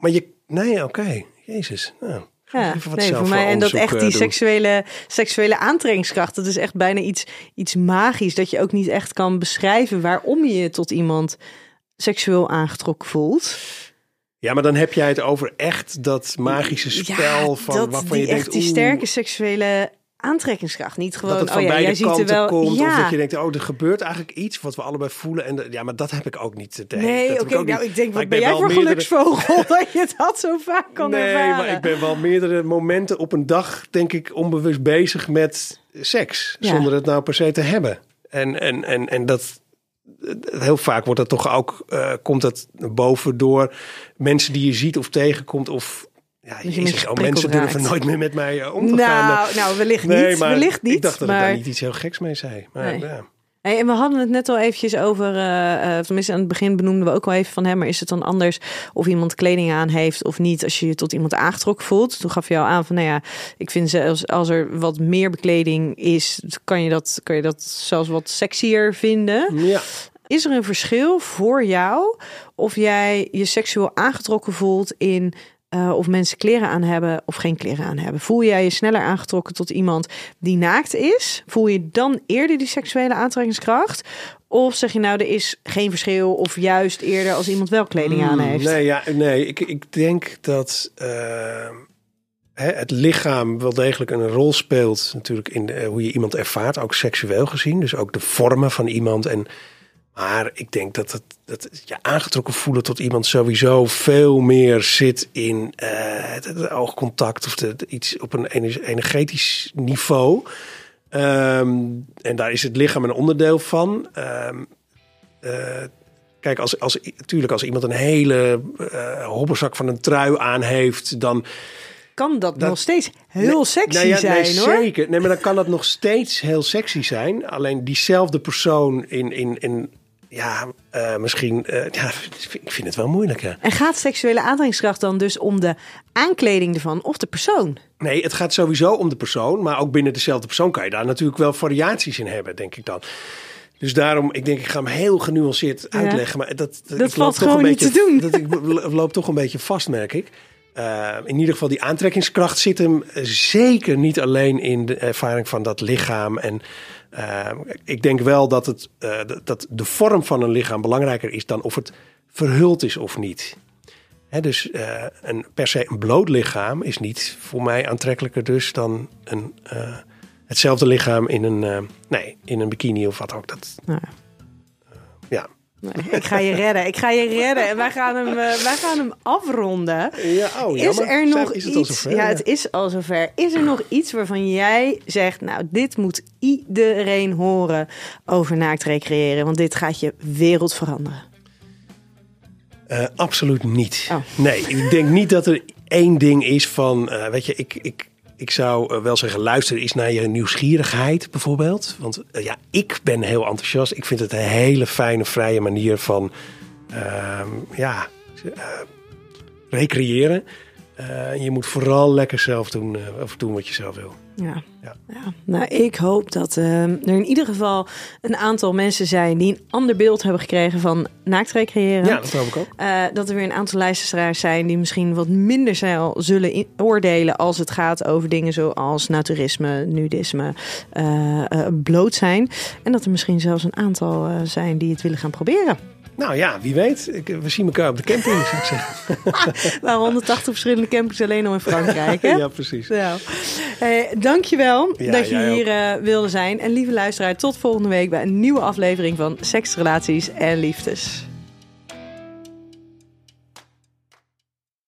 oké. Jezus, nou. Ja, voor mij. En dat echt die seksuele aantrekkingskracht, dat is echt bijna iets magisch. Dat je ook niet echt kan beschrijven waarom je je tot iemand seksueel aangetrokken voelt. Ja, maar dan heb jij het over echt dat magische spel waarvan je denkt... die sterke seksuele aantrekkingskracht. Niet gewoon, dat het van beide kanten komt. Ja. Of dat je denkt, er gebeurt eigenlijk iets wat we allebei voelen. En maar dat heb ik ook niet. Ik denk, wat ben jij voor geluksvogel dat je dat zo vaak kan ervaren? Nee, maar ik ben wel meerdere momenten op een dag, denk ik, onbewust bezig met seks. Ja. Zonder het nou per se te hebben. En dat... Heel vaak wordt dat toch ook, komt dat boven door mensen die je ziet of tegenkomt of... Ja, mensen durven nooit meer met mij om te gaan. Nou, wellicht niet. Maar wellicht niet. Ik dacht dat ik daar niet iets heel geks mee zei. Maar, ja. Hey, en we hadden het net al eventjes over, tenminste aan het begin benoemden we ook al even van, maar is het dan anders of iemand kleding aan heeft of niet als je je tot iemand aangetrokken voelt? Toen gaf je al aan van, ik vind zelfs als er wat meer bekleding is, kan je dat zelfs wat sexier vinden. Ja. Is er een verschil voor jou of jij je seksueel aangetrokken voelt in of mensen kleren aan hebben of geen kleren aan hebben? Voel jij je sneller aangetrokken tot iemand die naakt is? Voel je dan eerder die seksuele aantrekkingskracht? Of zeg je nou, er is geen verschil of juist eerder als iemand wel kleding aan heeft? Nee, ik denk dat het lichaam wel degelijk een rol speelt natuurlijk in hoe je iemand ervaart, ook seksueel gezien. Dus ook de vormen van iemand maar ik denk dat je aangetrokken voelen tot iemand sowieso veel meer zit in het oogcontact of iets op een energetisch niveau. En daar is het lichaam een onderdeel van. Kijk, als iemand een hele hobbelzak van een trui aan heeft, dan... Kan dat nog steeds heel sexy zijn, hoor. Zeker. Nee, maar dan kan dat nog steeds heel sexy zijn. Alleen diezelfde persoon misschien... ik vind het wel moeilijk, ja. En gaat seksuele aantrekkingskracht dan dus om de aankleding ervan of de persoon? Nee, het gaat sowieso om de persoon. Maar ook binnen dezelfde persoon kan je daar natuurlijk wel variaties in hebben, denk ik dan. Dus daarom, ik ga hem heel genuanceerd uitleggen. Maar dat valt gewoon niet te doen. Ik loop toch een beetje vast, merk ik. In ieder geval, die aantrekkingskracht zit hem zeker niet alleen in de ervaring van dat lichaam en Ik denk wel dat dat de vorm van een lichaam belangrijker is dan of het verhuld is of niet. Dus per se een bloot lichaam is niet voor mij aantrekkelijker dus dan hetzelfde lichaam in een bikini of wat ook. Ja. Nee, ik ga je redden. En wij gaan hem afronden. Ja, is het al zover? Ja, het is al zover. Is er nog iets waarvan jij zegt, nou, dit moet iedereen horen over naakt recreëren, want dit gaat je wereld veranderen? Absoluut niet. Oh. Nee, ik denk niet dat er één ding is van, ik zou wel zeggen, luister eens naar je nieuwsgierigheid bijvoorbeeld. Want ik ben heel enthousiast. Ik vind het een hele fijne, vrije manier van recreëren. Je moet vooral lekker zelf doen wat je zelf wil. Ja. Nou, ik hoop dat er in ieder geval een aantal mensen zijn die een ander beeld hebben gekregen van naakt recreëren. Ja, dat hoop ik ook. Dat er weer een aantal luisteraars zijn die misschien wat minder snel zullen oordelen als het gaat over dingen zoals naturisme, nudisme, bloot zijn. En dat er misschien zelfs een aantal zijn die het willen gaan proberen. Nou ja, wie weet. We zien elkaar op de camping, zou ik zeggen. Maar 180 verschillende campings alleen al in Frankrijk, hè? Ja, precies. Nou, dankjewel dat je hier wilde zijn. En lieve luisteraar, tot volgende week bij een nieuwe aflevering van Seks, Relaties en Liefdes.